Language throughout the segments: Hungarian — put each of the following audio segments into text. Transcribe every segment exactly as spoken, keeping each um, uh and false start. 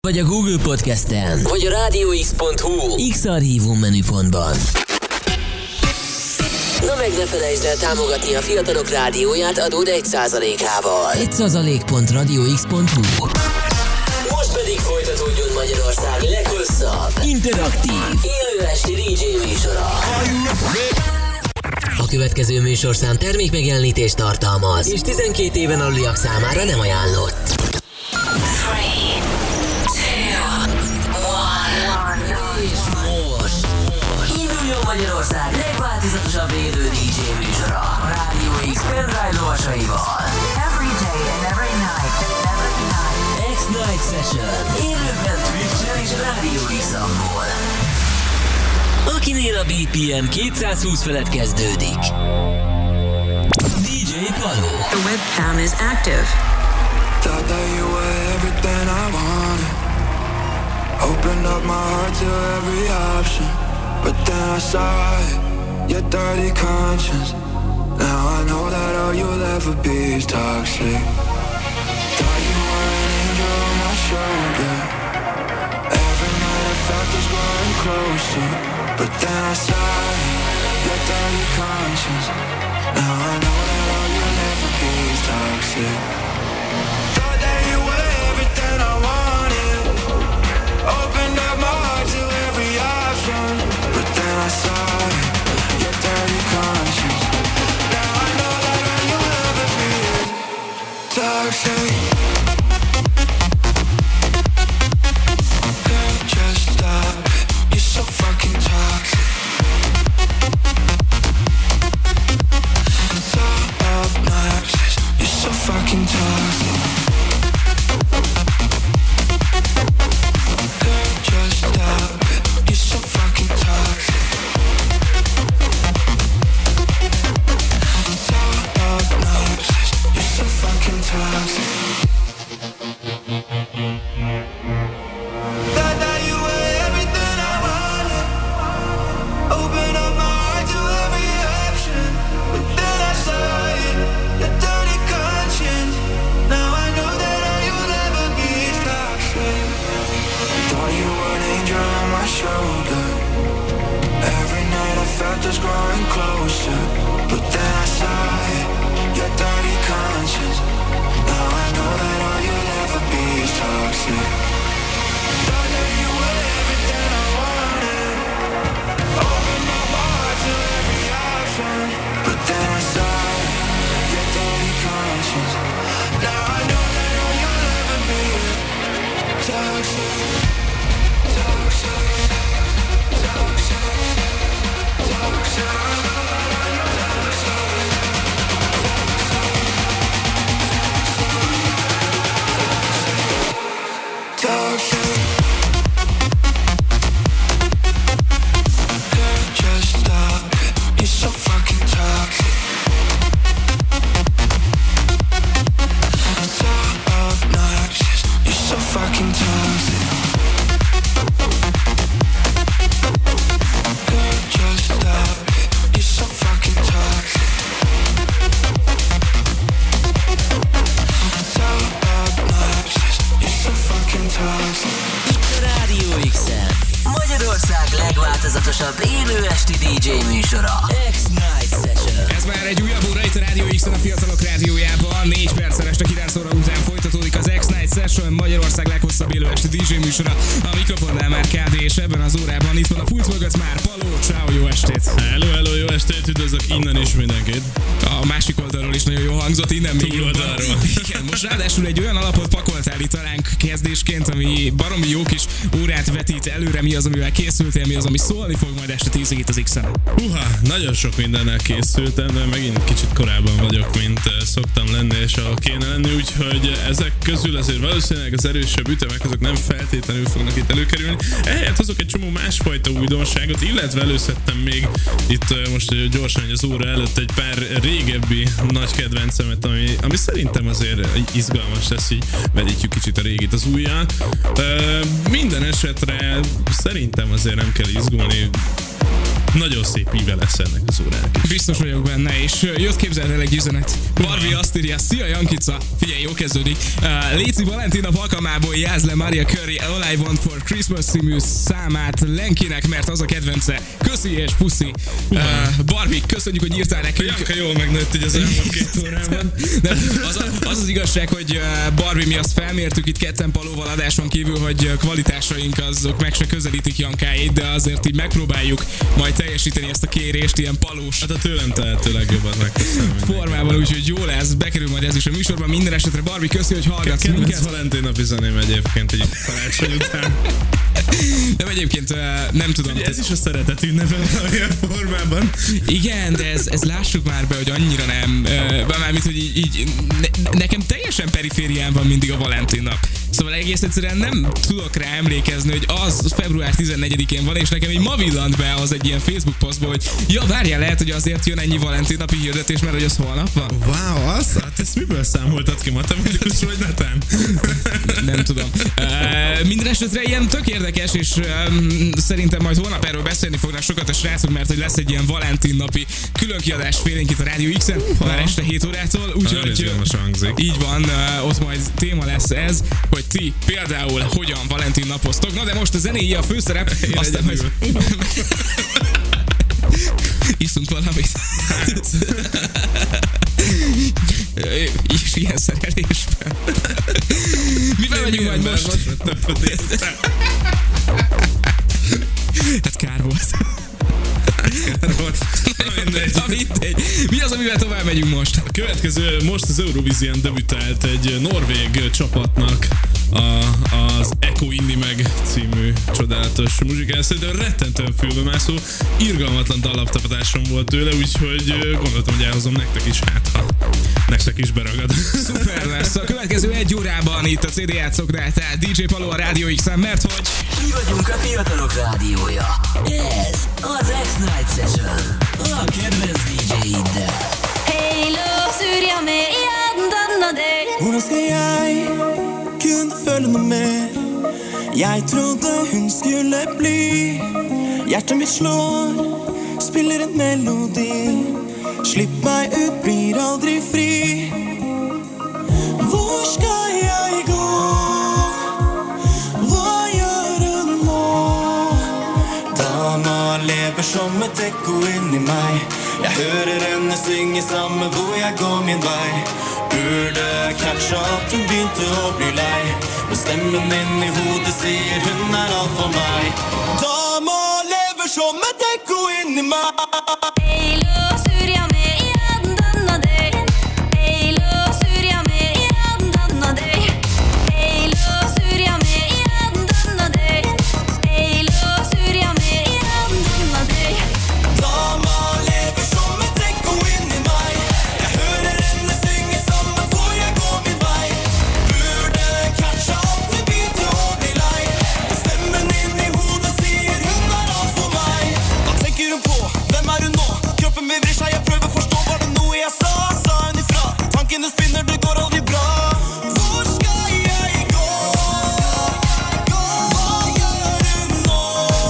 vagy a Google Podcasten, vagy a rádióx pont hu X-Archívum menüpontban. Na meg ne felejtsd el támogatni a Fiatalok Rádióját adód egy százalékával. egy százalék pont rádióx pont hu. Most pedig folytatódjon Magyarország leghosszabb, interaktív, élő esti dé dzsé műsora. A következő műsorszám termékmegjelenítést tartalmaz, és tizenkét éven aluliak számára nem ajánlott. három, kettő, egy. És most induljon Magyarország legváltozatosabb élő dé dzsé műsora a Rádió X pendrive lovasaival. Every day and every night, every night. X-Night Session. Élőben Twitch-en és Rádió X-amból. Akinél a bé pé em kétszázhúsz felett kezdődik. dé dzsé Paló. The webcam is active. Thought that you were everything I wanted. Opened up my heart to every option, but then I saw it, your dirty conscience. Now I know that all you'll ever be is toxic. Thought you were an angel on my shoulder. Every night I felt this growing closer, but then I saw it, your dirty conscience. Now I know that all you'll ever be is toxic. Thought that you were everything I wanted. Opened up my heart to every option, but then I saw it, your dirty conscience. Now I know that all you'll ever be is toxic. Girl, just stop it. You're so fucking toxic. So obnoxious. You're so fucking toxic. Girl, just stop it. You're so fucking toxic. So obnoxious. You're so fucking toxic. Thought that you were everything I wanted. Open up my heart to every option, but then I saw it, your dirty conscience. Now I know that all you'll ever be is toxic. Thought you were an angel on my shoulder. Every night I felt this growing closer, but then I saw it, your dirty conscience. Now I know that all you'll ever be is toxic. Thought that you were everything I wanted. Open up my heart to every option, but then I saw it, your dirty conscience. Now I know that all you'll ever be is toxic, toxic, toxic, toxic, toxic, toxic. Girl, just stop it. You're so fucking toxic. So obnoxious. You're so fucking toxic. Girl, just stop it. You're so fucking toxic. So obnoxious. You're so fucking toxic. Rádió X-en. Magyarország legváltozatosabb élő esti dé dzsé műsora. X-Night Session. Ez már egy újabb óra itt a Rádió X-en, a Fiatalok Rádiójában. négy perccel este kilenc óra után folytatódik az X-Night Session, Magyarország leghosszabb élő esti dé dzsé műsora. A mikrofonnál már ká dé, és ebben az órában itt van a pult mögött már Paló. Ciao, jó estét! Hello, hello, jó estét, üdvözlök innen is mindenkit. A másik oldalról is nagyon jó hangzott, innen még Túl oldalról. Igen, most ráadásul egy olyan alapot pakoltál itt talán kezdésként, ami baromi jó kis órát vetít előre, mi az, amivel készültél, mi az, ami szólni fog majd este tízig itt az X-en. Húha, nagyon sok mindennel készültem, de megint kicsit korábban vagyok, mint szoktam lenni, és ahol kéne lenni, úgyhogy ezek közül azért valószínűleg az erősebb ütemek azok nem feltétlenül fognak itt előkerülni. Ehelyett hozok egy csomó másfajta újdonságot, illetve előszedtem még itt most gyorsan az óra előtt egy pár régebbi nagy kedvencemet, ami, ami szerintem azért izgalmas lesz, így vedítjük kicsit a régit az újjal. Minden esetre szerintem azért nem kell izgulni. nagyon szép íve lesz ennek az órának is. Biztos vagyok benne, és jött képzeld el egy üzenet. Barbie azt írja, szia Jankica, figyelj, jó kezdődik. Uh, Léci Valentin nap alkalmából jázd le Mariah Carey All I Want For Christmas című számát Lenkinek, mert az a kedvence. Köszi és puszi. Uh, Barbie, köszönjük, hogy írtál nekünk. Janka jól megnőtt így az elmúlt két órában. De az, a, az az igazság, hogy Barbie, mi azt felmértük itt ketten Palóval adáson kívül, hogy kvalitásaink azok meg se közelítik Jankáit, de azért így megpróbáljuk majd teljesíteni ezt a kérést, ilyen palós. Hát a tőlem tehető legjobbat megteszem. Formában, úgyhogy jó lesz, bekerül majd ez is a műsorban. Minden esetre Barbie, köszi, hogy hallgatsz Kedvenc minket. Valentin napi zeném egyébként egy karácsony után. De egyébként nem tudom. Ugye, ez is a szeretet ünnepe valamilyen formában. Igen, de ez, ez lássuk már be, hogy annyira nem. Mármint, hogy így, így ne, nekem teljesen periférián van mindig a Valentin nap. Szóval egész egyszerűen nem tudok rá emlékezni, hogy az február tizennegyedikén van, és nekem így ma villant be az egy ilyen Facebook posztból, hogy ja, várjál, lehet, hogy azért jön ennyi Valentin napi hirdetés, mert hogy az holnap van. Wow, az? Hát ezt miből számoltad ki, matematikus vagy netán? Nem tudom. Uh, minden esetre ilyen tök érdekes, és um, szerintem majd holnap erről beszélni fognak sokat a srácok, mert hogy lesz egy ilyen Valentin napi külön kiadás félénk itt a Rádió X-en, uh-huh. már este hét órától, úgyhogy így van, uh, ott majd téma lesz ez, hogy ti például hogyan Valentin napoztok. Na de most a zenéje a főszerep, én aztán hogy... Iszunk valamit. Hát. És ilyen szerelésben. Mivel megyünk majd most? Hát kár volt. Kár volt. Na mindegy. Na mindegy. Mi az, amivel tovább megyünk most? A következő, most az Eurovision debütált egy norvég csapatnak a, az Eko Indi Meg című csodálatos muzsikál. Szerintem rettentően fülbemászó, irgalmatlan dallaptapatásom volt tőle, úgyhogy gondoltam, hogy elhozom nektek is, hát ha nektek is beragad. Szuper lesz. A következő egy órában itt a cé dé játszóknál, tehát dé dzsé Paló a Rádió X-en, mert hogy... Mi vagyunk a fiatalok rádiója. Ez az X-Night Session. A kedvenc dé dzsé-iddel. Hej, lås ur jag med igen denna dag. Hvordan skal jeg kunne føle noe mer? Jeg trodde hun skulle bli. Hjertet mitt slår, spiller en melodi. Slipp meg ut, blir aldri fri. Hvor skal jeg gå? Hva gjør hun nå? Dama lever som et ekko inni meg. Jeg hører henne synge samme hvor jeg går min vei. Burde catcha at hun begynte å bli lei. Men stemmen inn i hodet sier hun er alt for meg. Dama lever som et ekko inni meg. Hej, lås ur jag med igen denna dag. Hej, lås ur jag med igen denna dag. Hej, lås ur jag med igen denna dag. Hej, lås ur jag med igen denna dag. Dama lever som et ekko inni meg. Jeg hører henne synge sammen hvor jeg går min vei. Burde catcha at hun begynte å bli lei. Men stemmen inn i hodet sier hun er alt for meg. Hva tenker hun på? Hvem er hun nå? Kroppen min vrir seg, jeg prøver å forstå. Var det noe jeg sa? Sa hun ifra? Tankene spinner, det går aldri bra. Hvor skal jeg gå? Hva gjør hun nå?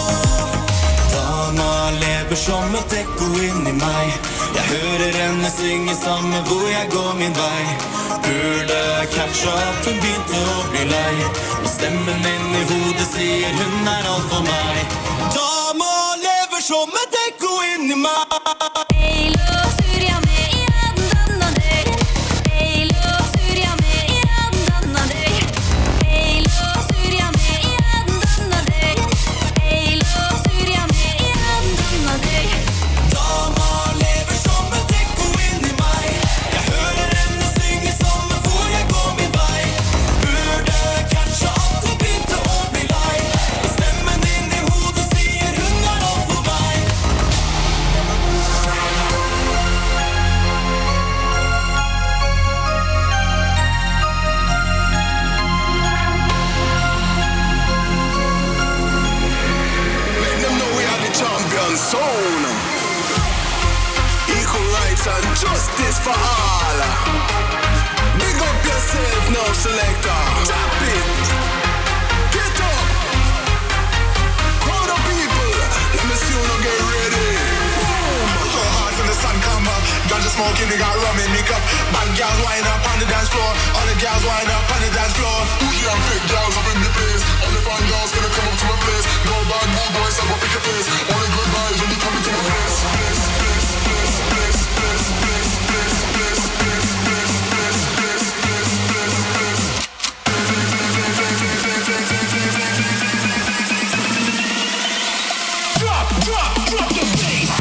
Dama lever som et ekko inni meg. Jeg hører henne synge sammen hvor jeg går min vei. Burde catcha at hun begynte å bli lei. Men stemmen inn i hodet sier hun er alt for meg. Dama lever som et ekko inni meg. Hej, lås ur jag med igen denna dag. Hej, lås ur jag med igen denna dag. Hej, lås ur jag med igen denna dag. Hej, lås ur jag med igen denna dag. Dama lever som et ekko inni meg. Jeg hører henne synge sammen hvor jeg går min vei. Burde catcha at hun begynte å bli lei. Men stemmen inn i hodet sier hun er alt for meg. Make them know we are the champion zone. Equal rights and justice for all. Big up yourself now, selector. Tap it. Get up. Crowd of people. Let me see you now get ready. smoking, they got rum in the cup. Bad girls wind up on the dance floor. All the girls wind up on the dance floor. Bougie and fake girls up in the place. All the fine girls gonna come up to my place. No bad boy boys, I won't pick your face. Only good vibes when you come into my place. Place, place, place, place, place, place, place, place, place, place, place, place, place, place, place. Drop, drop, drop the bass.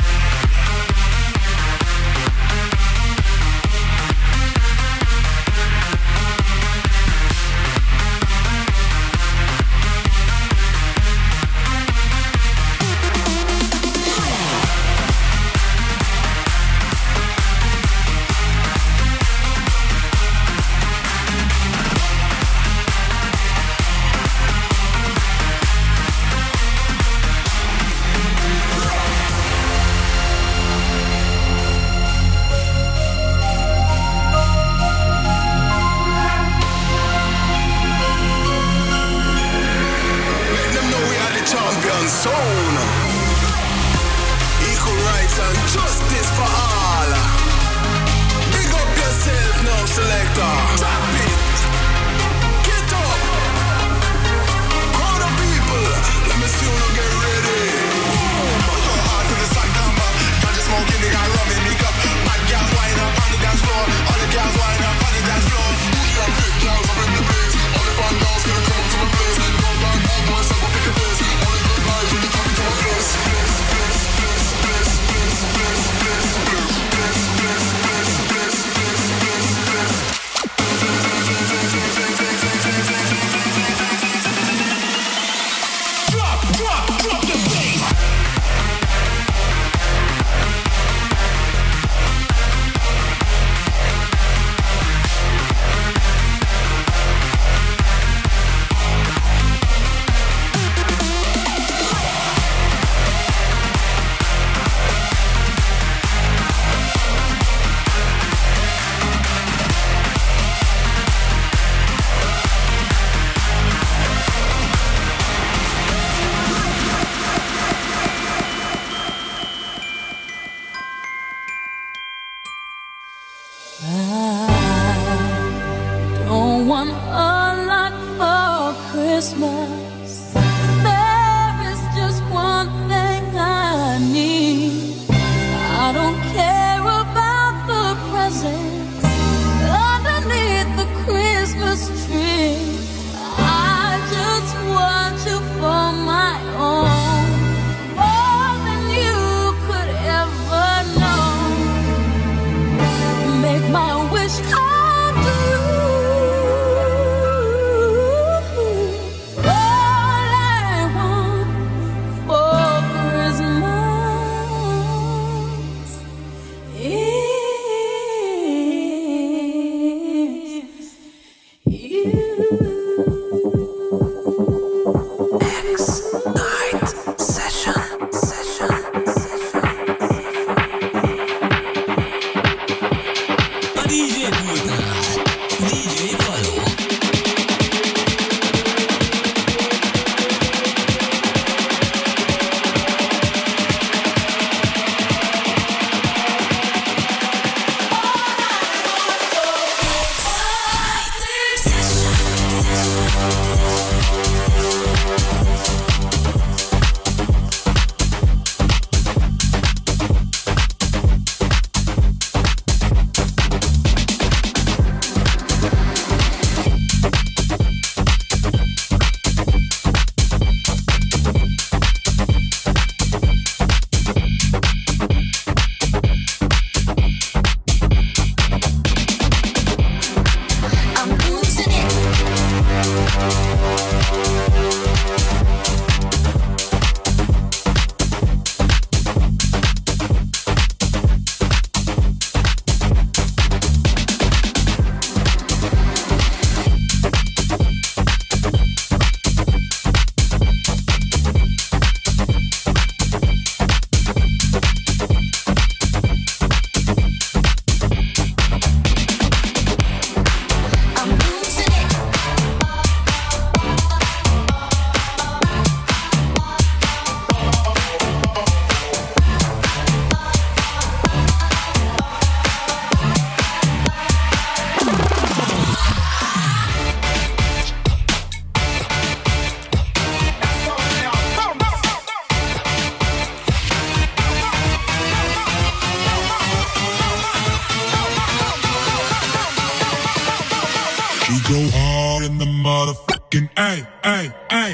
ay, ay, ay.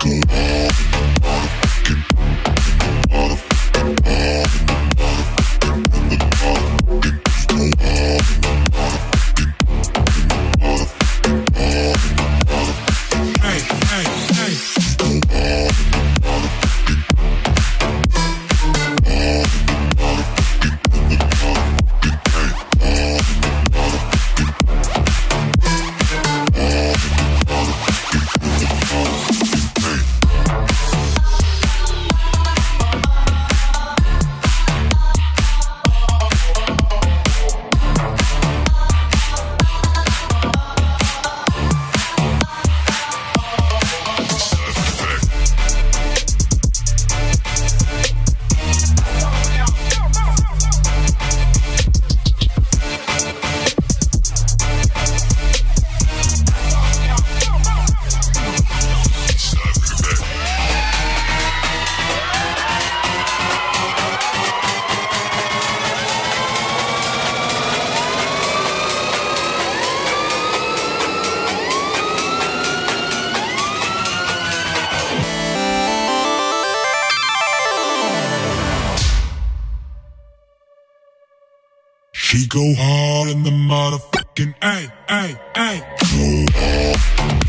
She go hard in the motherfucking ay, ay, ay. Go hard.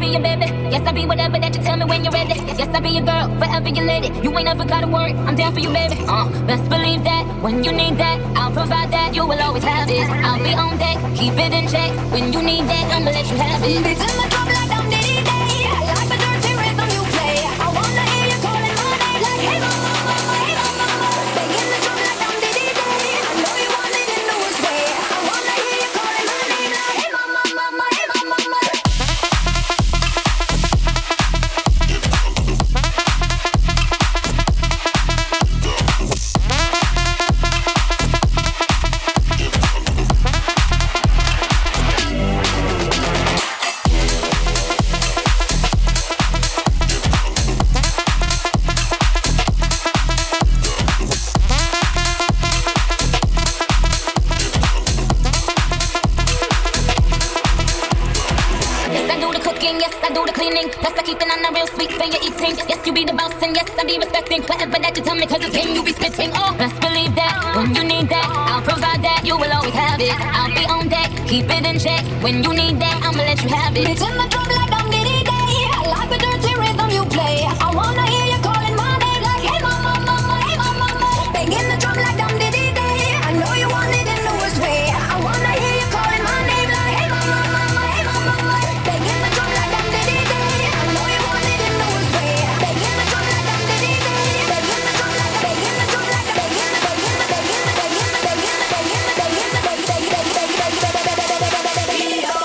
be your baby. Yes, I'll be whatever that you tell me when you're ready. Yes, I'll be your girl, forever your lady. You ain't never gotta worry, I'm down for you, baby. Uh, best believe that, when you need that, I'll provide that, you will always have it. I'll be on deck, keep it in check. When you need that, I'ma let you have it. Bitch, I'ma drop like I'm Diddy Day. I like the dirty rhythm you play. I wanna hear you calling my name like, hey mama, mama, hey mama, mama. Banging the drum like I'm Diddy Day. I know you want it in the worst way. I wanna hear you calling my name like, hey mama, mama, hey mama, mama. Plus I keep it on the real sweet for your eating. Yes, you be the boss and yes, I be respecting whatever that you tell me, cause it's game you be spitting. Oh, best believe that, when you need that, I'll provide that, you will always have it. I'll be on deck, keep it in check. When you need that, I'ma let you have it. Bitch, I'ma drop like I'm Diddy Day. I like the dirty rhythm you play. I wanna hear you calling my name like, hey mama, mama, hey mama, mama. Banging the drum like I'm Diddy Day. I know you want it in the worst way. I wanna hear you calling my name like, hey mama, mama, hey mama, mama. Banging the drum like I'm Diddy Day. I know you want it in the worst way. Banging the drum like I'm Diddy Day. Banging the drum like, banging the drum like, banging the, banging the, banging the, banging the, banging the, banging the, banging the, banging the, banging the, banging the, banging the,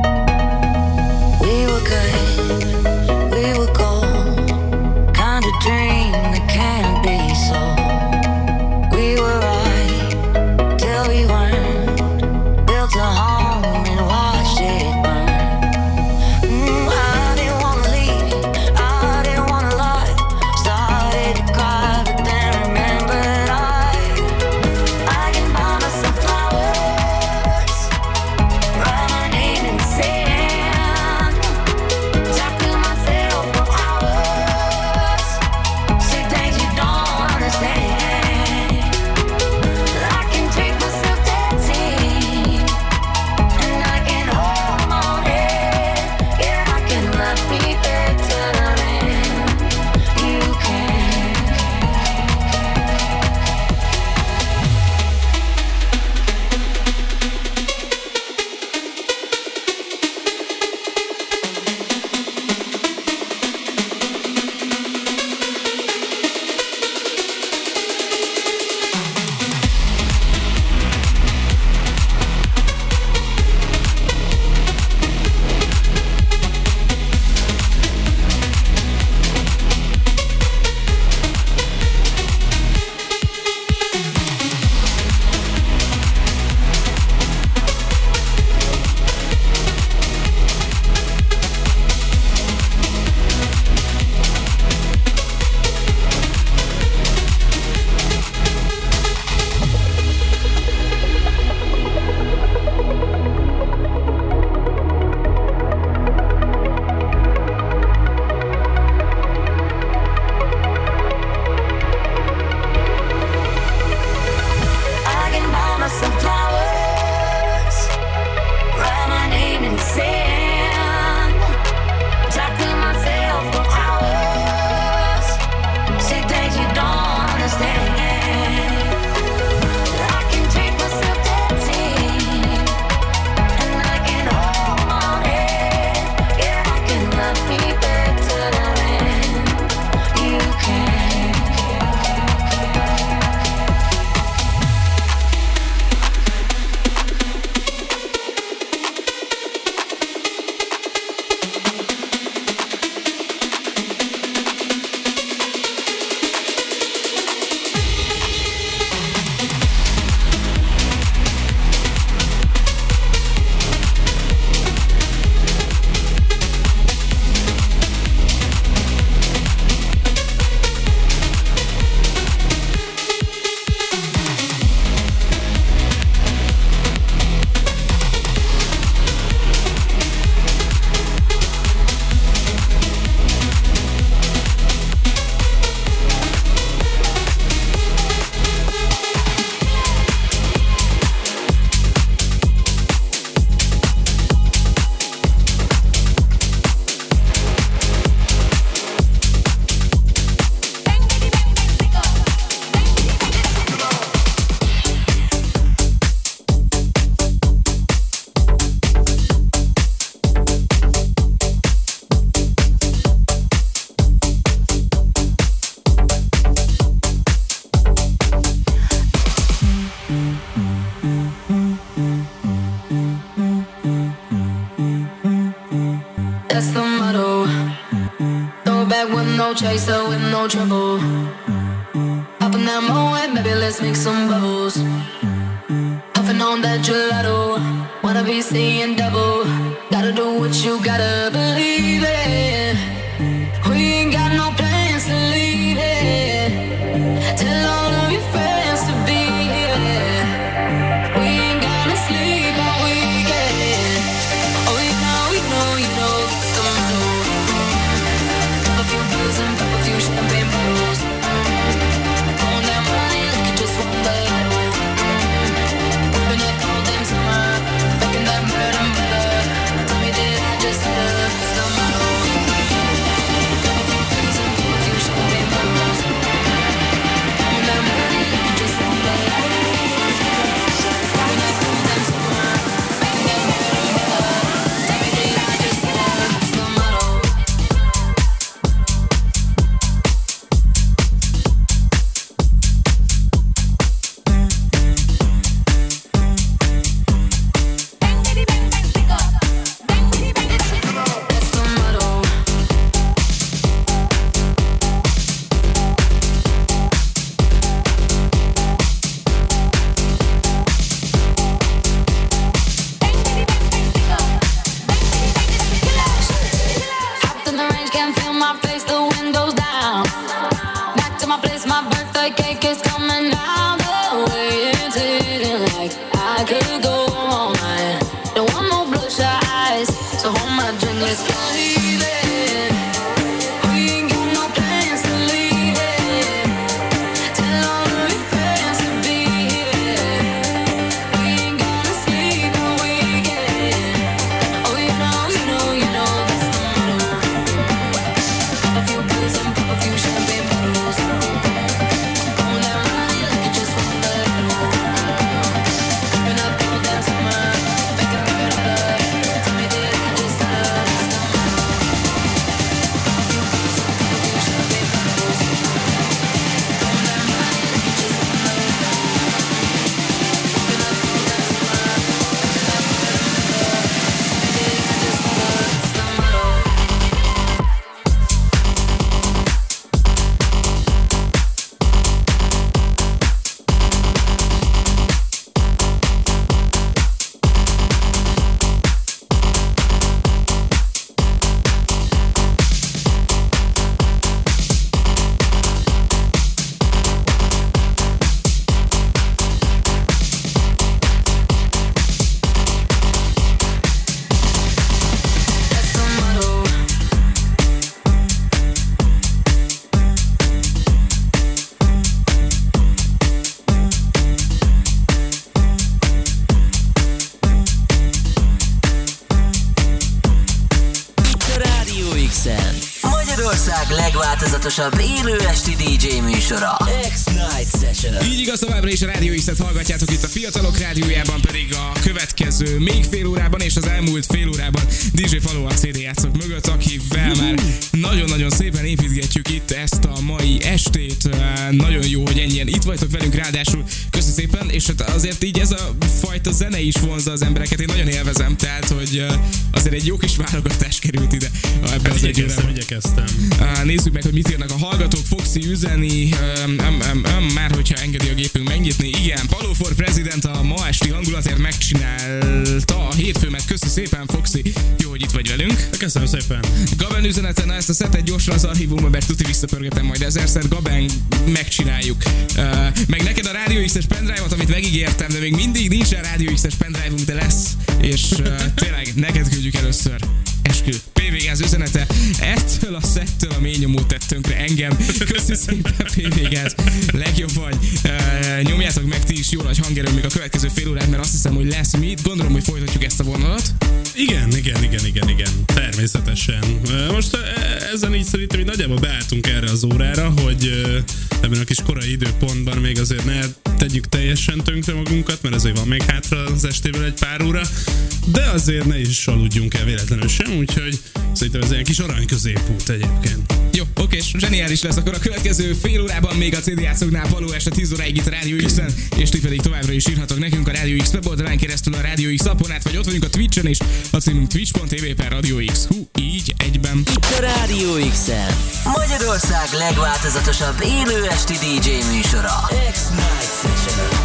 We were good, we were gold, kinda dream. back with no chaser, with no trouble. Up in that moment, baby, let's make some bubbles. Puffing on that gelato, wanna be seeing double. Gotta do what you gotta believe in. We ain't got no plans to leave it. Tell all of your friends to be here. We ain't gonna sleep all weekend. Oh, you know, you know, you know that's the motto. Pop a few pills and pop a few champagne bottles. Blowing that money like you just won the lotto. We've been up all damn summer, making that bread and butter. Tell me, did I just hit her? That's the motto. Pop a few pills and pop a few champagne bottles. Blowing that money like you just won the lotto. We've been up all damn summer, making that bread and butter. Tell me, did I just hit her? That's the motto. That's the motto. Hopped in the range, can't feel my face, the windows down. Back to my place, my birthday cake is coming down. The way it's hitting, like I could go all night. Don't want no bloodshot eyes, so hold my drink, let's go leave it. We ain't got no plans to leave it. Tell all of your friends to be here. We ain't gonna sleep all weekend. Oh, you know, you know, you know that's the motto. Pop a few pills and pop a few champagne bottles. Blowing that money like you just won the lotto. Been up all that summer, making bread and butter. Tell me, did I just hit her? That's the motto. Pop a few pills and pop a few champagne bottles. Blowing that money like you just won the lotto. Been up all that summer, making that bread and butter. Tell me, did I just hit her? That's the motto. That's the motto. Itt a Rádió X-en Magyarország legváltozatosabb élő esti dé dzsé műsora, X-Night Session. Így igaz, továbbra is a Rádió X-et hallgatjátok itt a Fiatalok Rádiójában, pedig a következő még fél órában és az elmúlt fél órában dé dzsé Faló a cé dé játszók mögött, akivel már nagyon-nagyon szépen építgetjük itt ezt a mai estét. Nagyon jó, hogy ennyien itt vagytok velünk, ráadásul köszi szépen, és hát azért így ez a fajta zene is vonzza az embereket, én nagyon élvezem, tehát hogy azért egy jó kis válogatás került ide ebbe az egy Igyekeztem, órában. igyekeztem. Uh, nézzük meg, hogy mit írnak a hallgatók. Foxy üzeni, um, um, um, um, már hogyha engedi a gépünk megnyitni. Igen, Paló for President a ma esti hangulatért megcsinálta a hétfőmet. Köszi szépen, Foxy. Jó, hogy itt vagy velünk. Köszönöm szépen. Gaben üzeneten, na ezt a szetet gyorsan az archívumba, mert tuti visszapörgetem majd ezerszer. Gaben, megcsináljuk. Uh, meg neked a Rádió X-es pendrive-ot, amit megígértem, de még mindig nincsen Rádió X-es pendrive-unk, de lesz. És uh, tényleg neked küldjük először. Eskü. pé vé gé az üzenete. Ettől a szettől a mély nyomót tett tönkre engem. Köszi szépen, pé vé gé, legjobb vagy. Uh, nyomjátok meg ti is jó nagy hangerő még a következő fél órát, mert azt hiszem, hogy lesz mit. Gondolom, hogy folytatjuk ezt a vonalat. Igen, igen, igen, igen, igen. Természetesen. Most ezen így szerintem így nagyjából beálltunk erre az órára, hogy ebben a kis korai időpontban még azért ne tegyük teljesen tönkre magunkat, mert azért van még hátra az estéből egy pár óra, de azért ne is aludjunk el véletlenül sem, úgyhogy szerintem ez egy kis arany középút egyébként. Jó, Oké, és zseniális lesz akkor a következő fél órában még a cé dé játszóknál Paló este tíz óráig itt a Rádió X-en, és ti pedig továbbra is írhatok nekünk a Rádió X weboldalán keresztül a Rádió X appon át, vagy ott vagyunk a Twitchen is, a címünk twitch pont tv per Rádió X. Hú, így egyben. Itt a Rádió X-en Magyarország legváltozatosabb élő esti dé dzsé műsora, X-Night Session.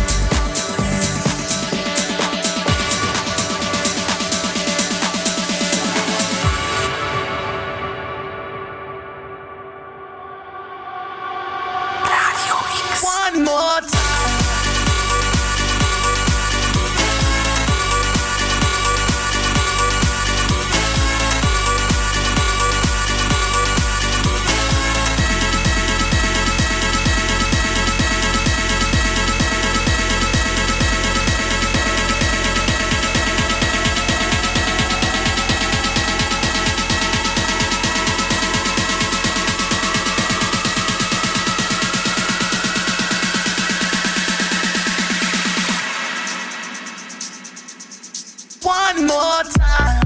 One more time. One more time.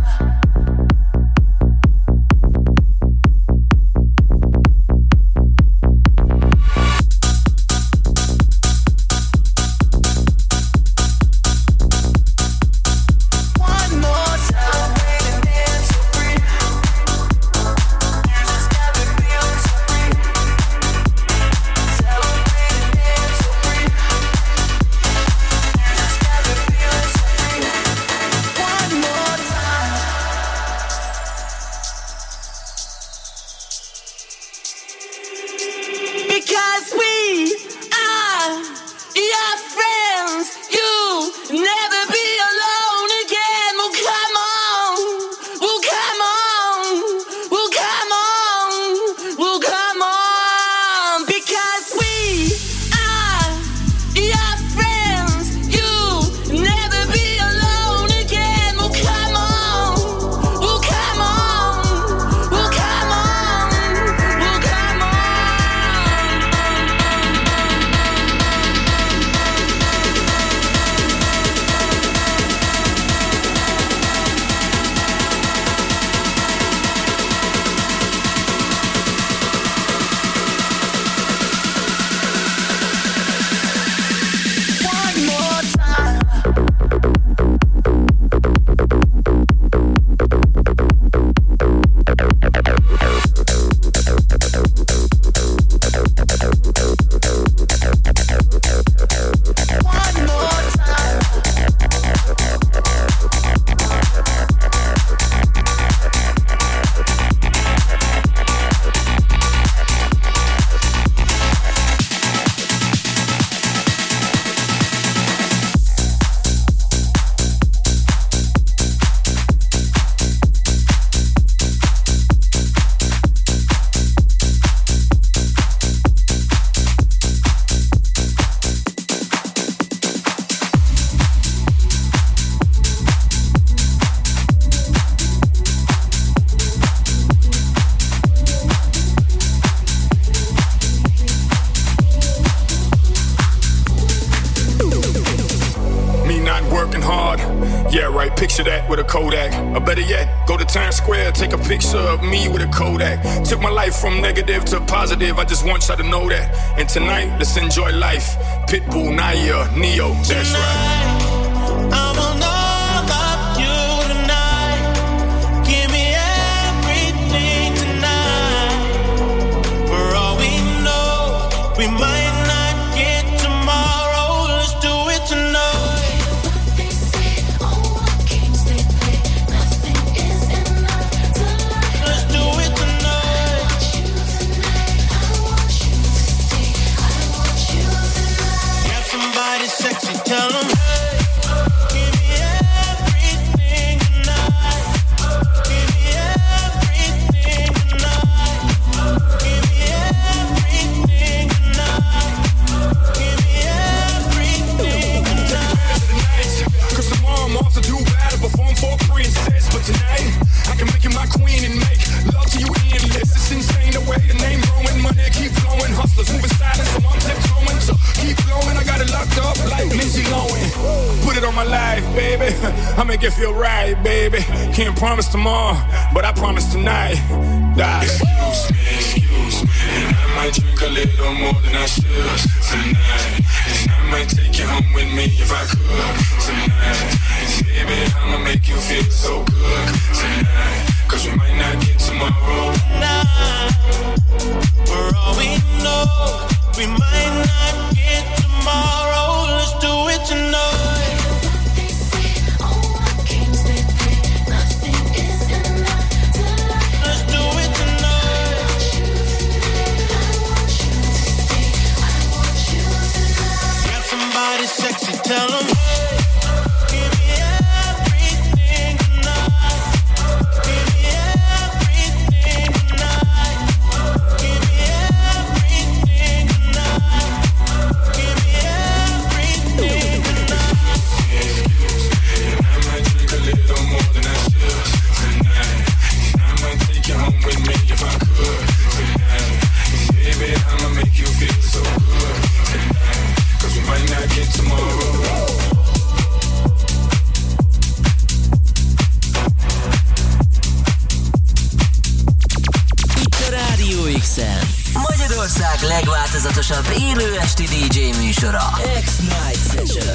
Picture that with a Kodak, or better yet, go to Times Square, take a picture of me with a Kodak. Took my life from negative to positive, I just want y'all to know that. And tonight, let's enjoy life. Pitbull, Naya, Neo, that's right. I will know about you tonight. Give me everything tonight. For all we know, we might not get tomorrow. Let's do it tonight. Sexy, tell them, hey, give me everything tonight. Give me everything tonight. Give me everything tonight. Give me everything tonight. Cause tomorrow I'm off to do battle, perform for a princess. But tonight, I can make you my queen and make love to you endless. It's insane the way the name growing, money keep flowing. Hustlers moving silent, so I'm tiptoeing. So keep flowing, I got it locked up like Lindsay Lohan. Put it on my life, baby. I make it feel right, baby. Can't promise tomorrow, but I promise tonight. Die. Excuse me. little more than I should tonight. And I might take you home with me if I could tonight. And baby, I'ma make you feel so good tonight. Cause we might not get tomorrow. Tonight, for all we know, we might not get tomorrow. Let's do it tonight. Let's do it tonight. Got somebody sexy, tell them, hey, give me everything tonight. Give me everything tonight. Give me everything tonight. Give me everything tonight. And I might drink a little more than I should tonight. And I might take you home with me if I could tonight. And baby, I'ma make you feel so good tonight. Cause we might not get tomorrow. Itt a Rádió X-en Magyarország legváltozatosabb élő esti dé dzsé műsora, X-Night Session.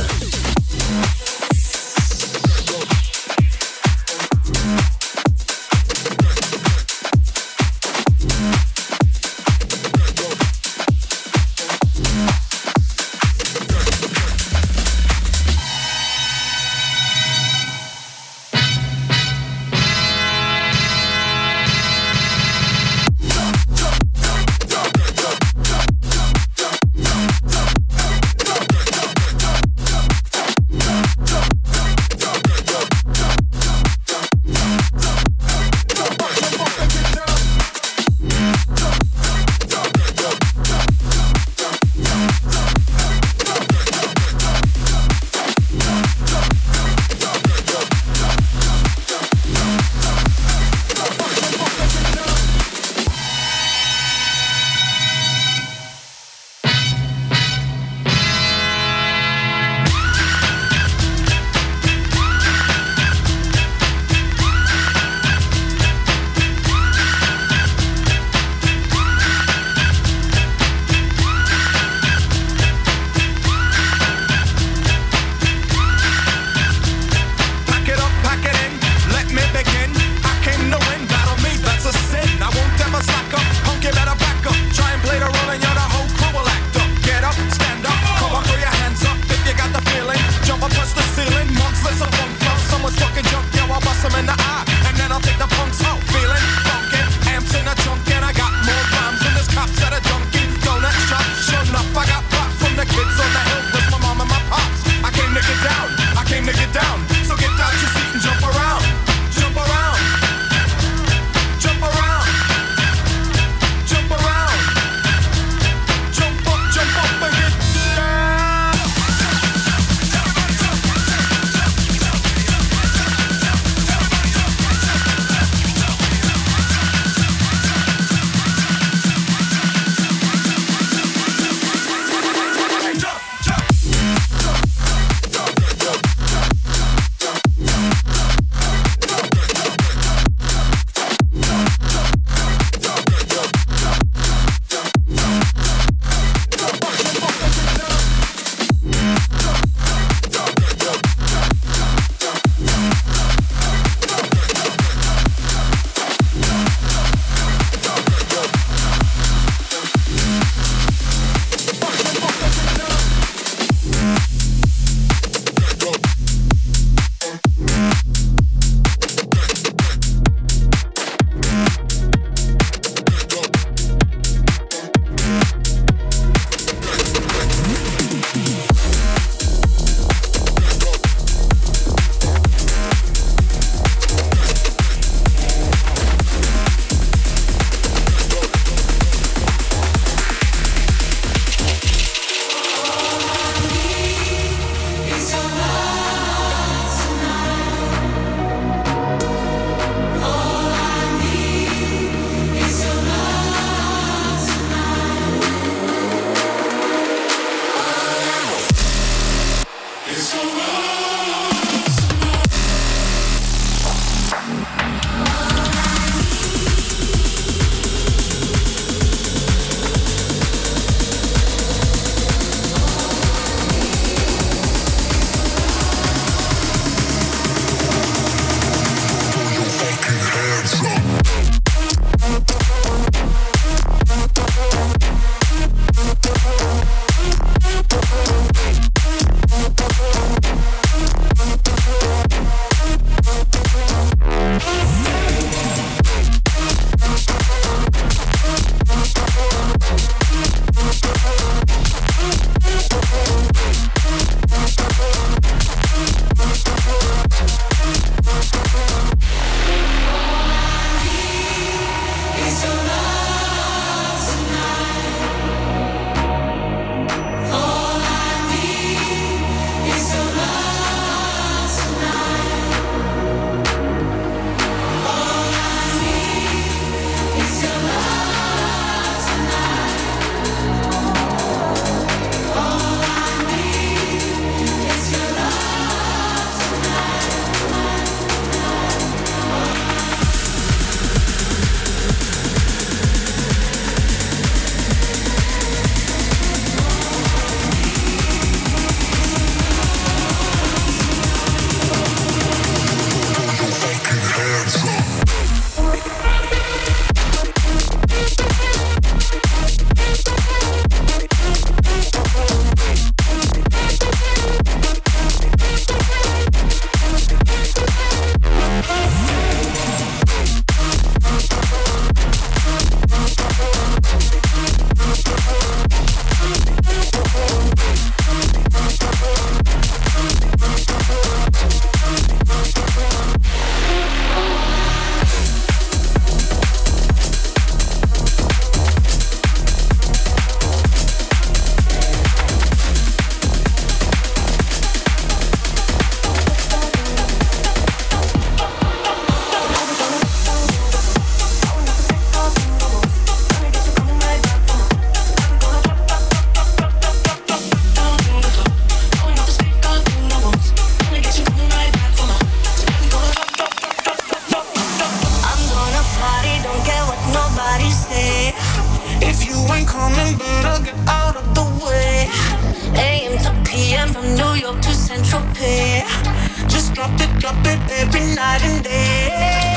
coming, better get out of the way. A M to P M from New York to Central Pay. Just drop it, drop it every night and day.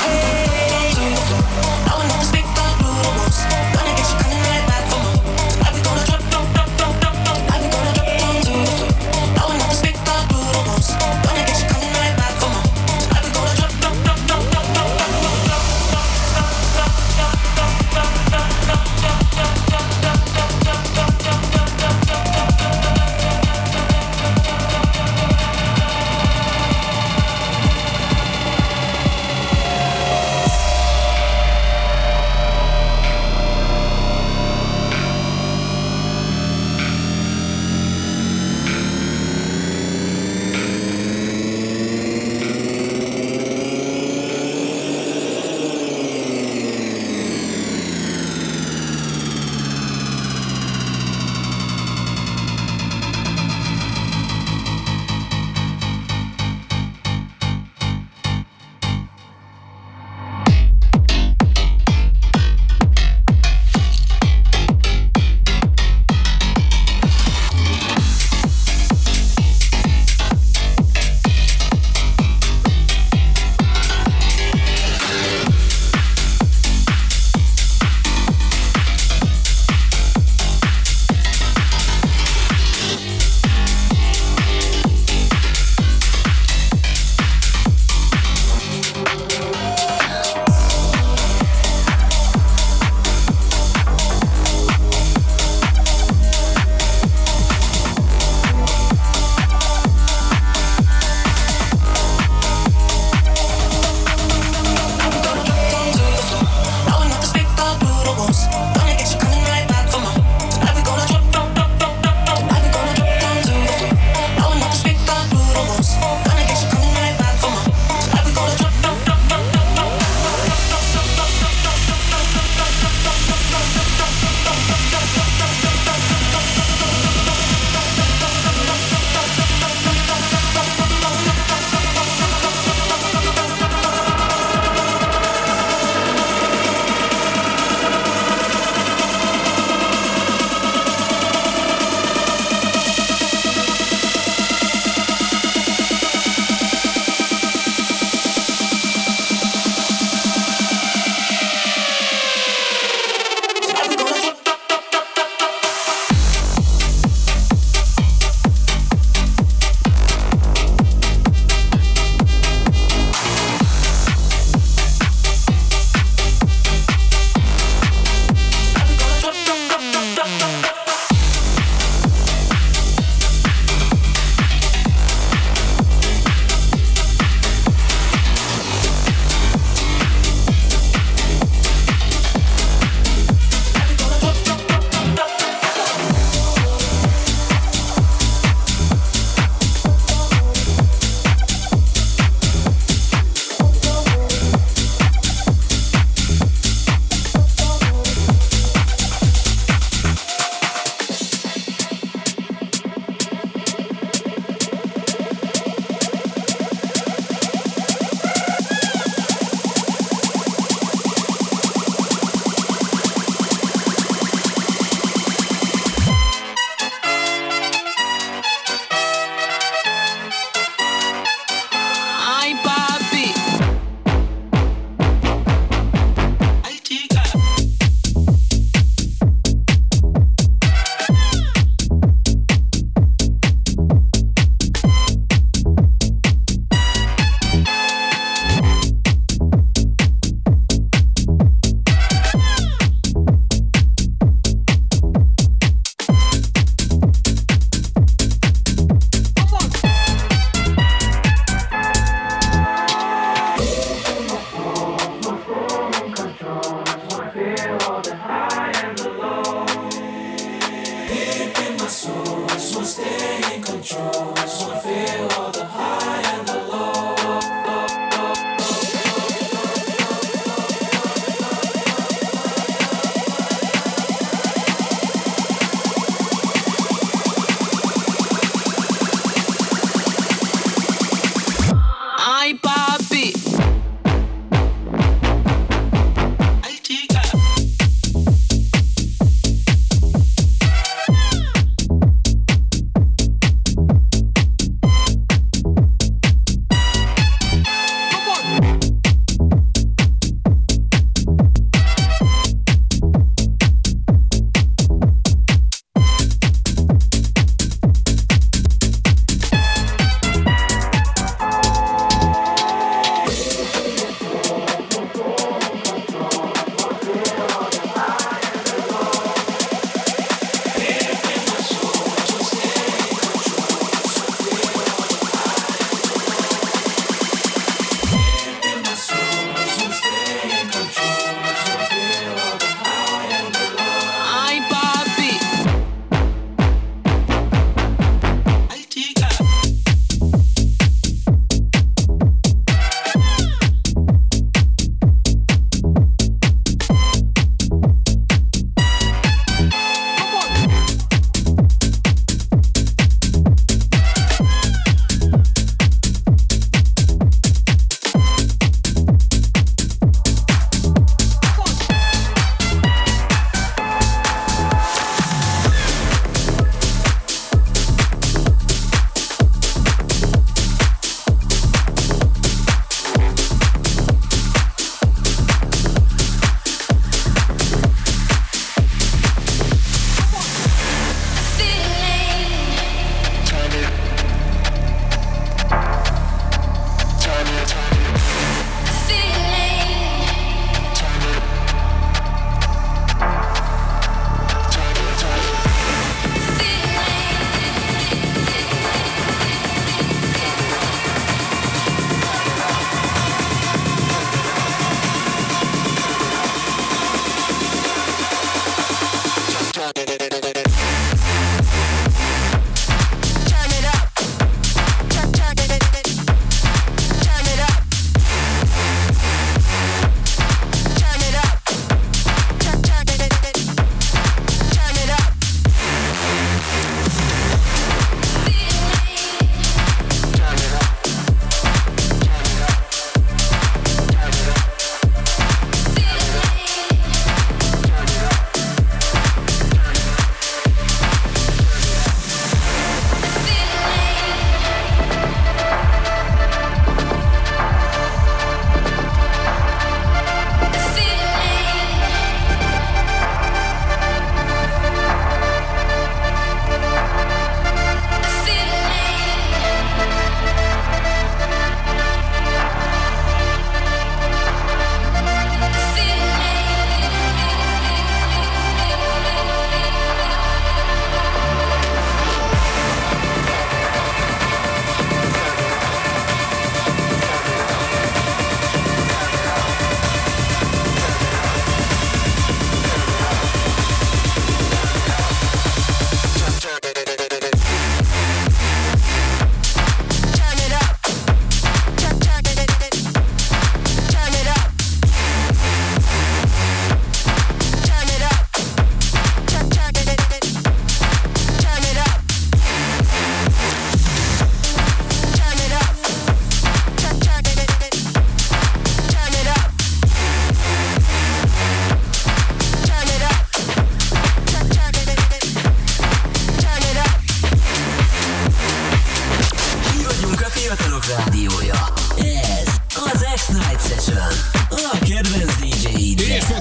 Now another speak the rules. Gonna get you coming right back for more. Tonight we gonna drop, drop, drop, drop, drop, drop. Tonight we gonna drop down to the floor. Now another speak the rules. Gonna get you coming right back for more. Tonight we gonna drop, drop, drop, drop, drop, drop, drop, drop.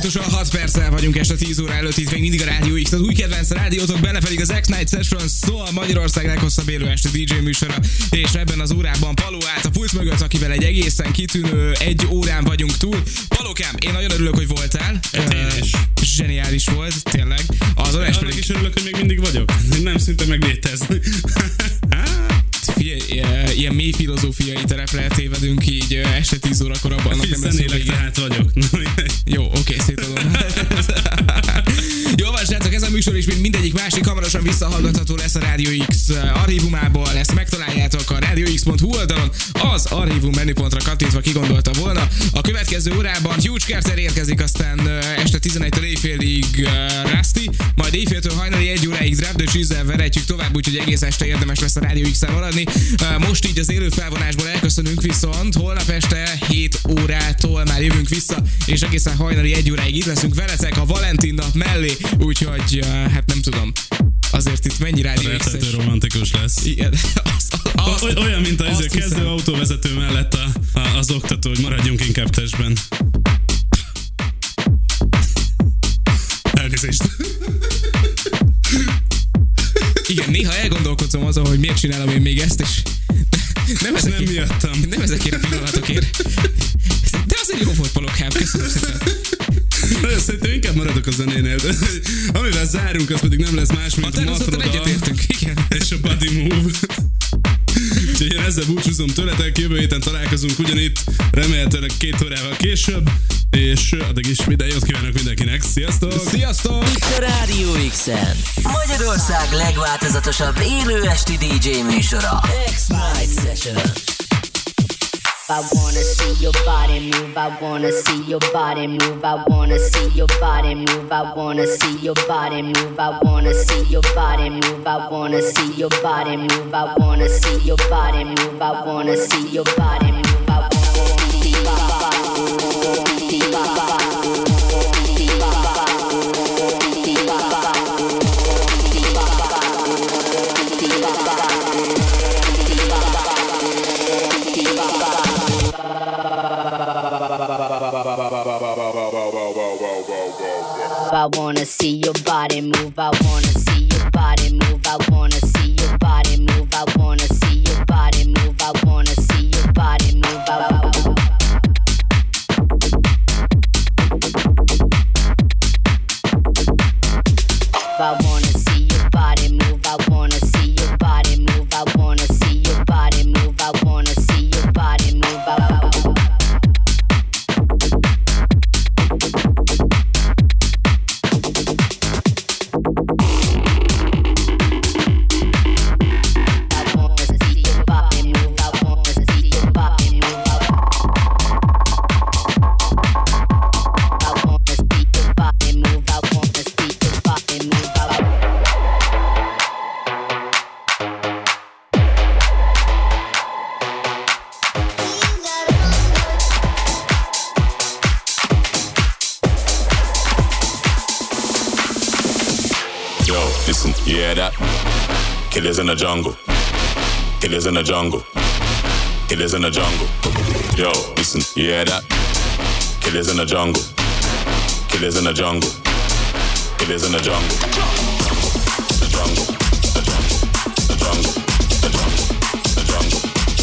Pontosan hat perccel vagyunk este tíz óra előtt, itt még mindig a Rádió X, az új kedvenc rádiótok, benne pedig az X-Night Session, szóval Magyarország leghosszabb élő esti dé dzsé műsora, és ebben az órában Paló állt a pult mögött, akivel egy egészen kitűnő egy órán vagyunk túl. Palókám, én nagyon örülök, hogy voltál. Hát én is. Zseniális volt, tényleg. Az Orange pedig is örülök, hogy még mindig vagyok. Nem szinte meglétezni. Figyelj, ilyen mély filozófiai terepre tévedünk így este tíz órakor abban. Figyelj, zenélek, tehát vagyok. Jó, oké, szétadom. Jó van, srácok, ez a műsor is, mint mindegyik másik, hamarosan visszahallgatható lesz a Rádió X archívumából, ezt megtaláljátok a rádió x pont hu oldalon, az archívum menüpontra kattintva, ki gondolta volna. A következő órában Huge Carter érkezik, aztán este tizenegytől éjfélig uh, Rusty, majd éjféltől hajnali egy óráig Drop the Cheese-zel veretjük tovább, úgyhogy egész este érdemes lesz a Rádió X-en maradni. Uh, most így az élő felvonásból elköszönünk, viszont holnap este hét órától már jövünk vissza, és egészen hajnali egy óráig itt leszünk veletek a Valentin nap mellé, úgyhogy uh, hát nem tudom, azért itt mennyi Rádió X-es... Rettető romantikus lesz. Igen. Azt, azt, o- olyan, mint a kezdő autóvezető mellett a, a, az oktató, hogy maradjunk inkább testben. Elnézést. Igen, néha elgondolkozom azon, hogy miért csinálom én még ezt, és nem, ezek nem miattam. Nem ezekért a pillanatokért. De azért jó volt, Palókám, köszönöm szépen. Nagyon szerintem inkább maradok a zenénél. Amivel zárunk, az pedig nem lesz más, mint a Matroda és a Body Move. Úgyhogy én ezzel búcsúzom tőletek, jövő héten találkozunk ugyanitt, remélhetőleg két órával később, és addig is minden jót kívánok mindenkinek. Sziasztok! Sziasztok! A Rádió X-en Magyarország legváltozatosabb élő esti dé dzsé műsora, X-Night Session. I wanna see your body move, I wanna see your body move, I wanna see your body move, I wanna see your body move, I wanna see your body move, I wanna see your body move, I wanna see your body move, I wanna see your body move, I wanna see your body move. I wanna see your body move, I wanna see your body move, I wanna see your body move, I wanna see your body move, I wanna see your body move, I wanna see your body move, I wanna see your body move, I wanna see your body move, I wanna see your body move, I Killers in the jungle. Killers in the jungle. Killers in the jungle. Yo, listen, you hear that? Killers in the jungle. Killers in the jungle. Killers in the jungle. The jungle. The jungle. The jungle. The jungle. The jungle.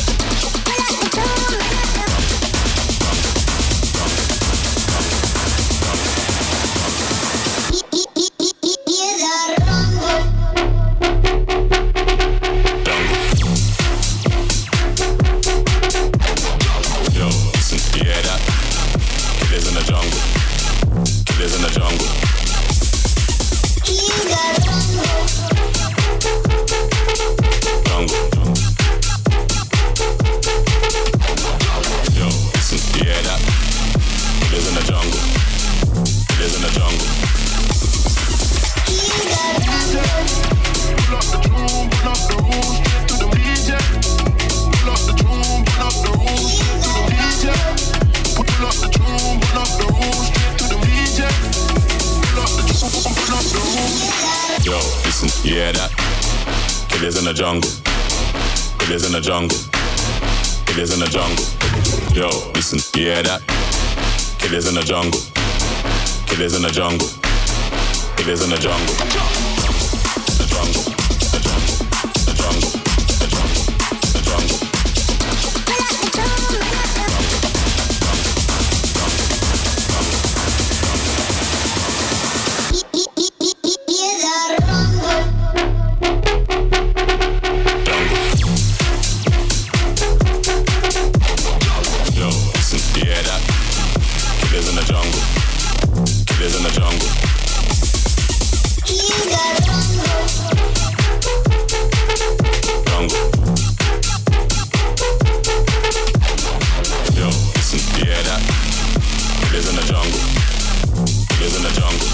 Jungle. It is in the jungle. It is in the jungle. Yo, listen, you hear that? It is in the jungle. Killers in the jungle. Killers in the jungle. The jungle. The jungle. The jungle. The jungle. The jungle. Yo, listen, you hear that? Killers in the jungle. Killers in the jungle. Jungle. Yo, listen, you hear that? Killers in the jungle. Killers in the jungle.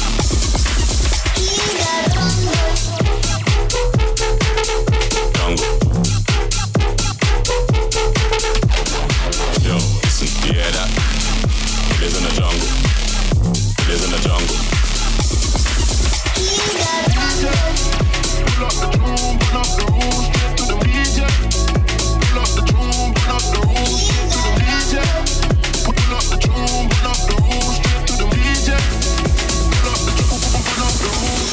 Jungle. Yo, listen, you hear that? Killers in the jungle. Killers in the jungle. Pull up the tune, pull up the rules, straight to the D J. Pull up the tune, pull up the rules, straight to the D J. Pull up the tune, pull up the rules, straight to the D J. Pull up the tune, pull up the rules.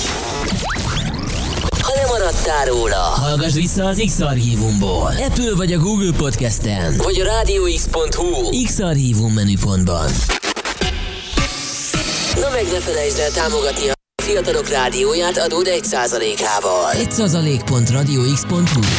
Ha lemaradtál róla, hallgass vissza az X-Archívumból. Apple vagy a Google Podcasten, vagy a rádió x pont hu X-Archívum menüpontban. Na meg ne felejtsd el támogatni a Fiatalok Rádióját adód egy százalékával. egy százalék pont rádió x pont hu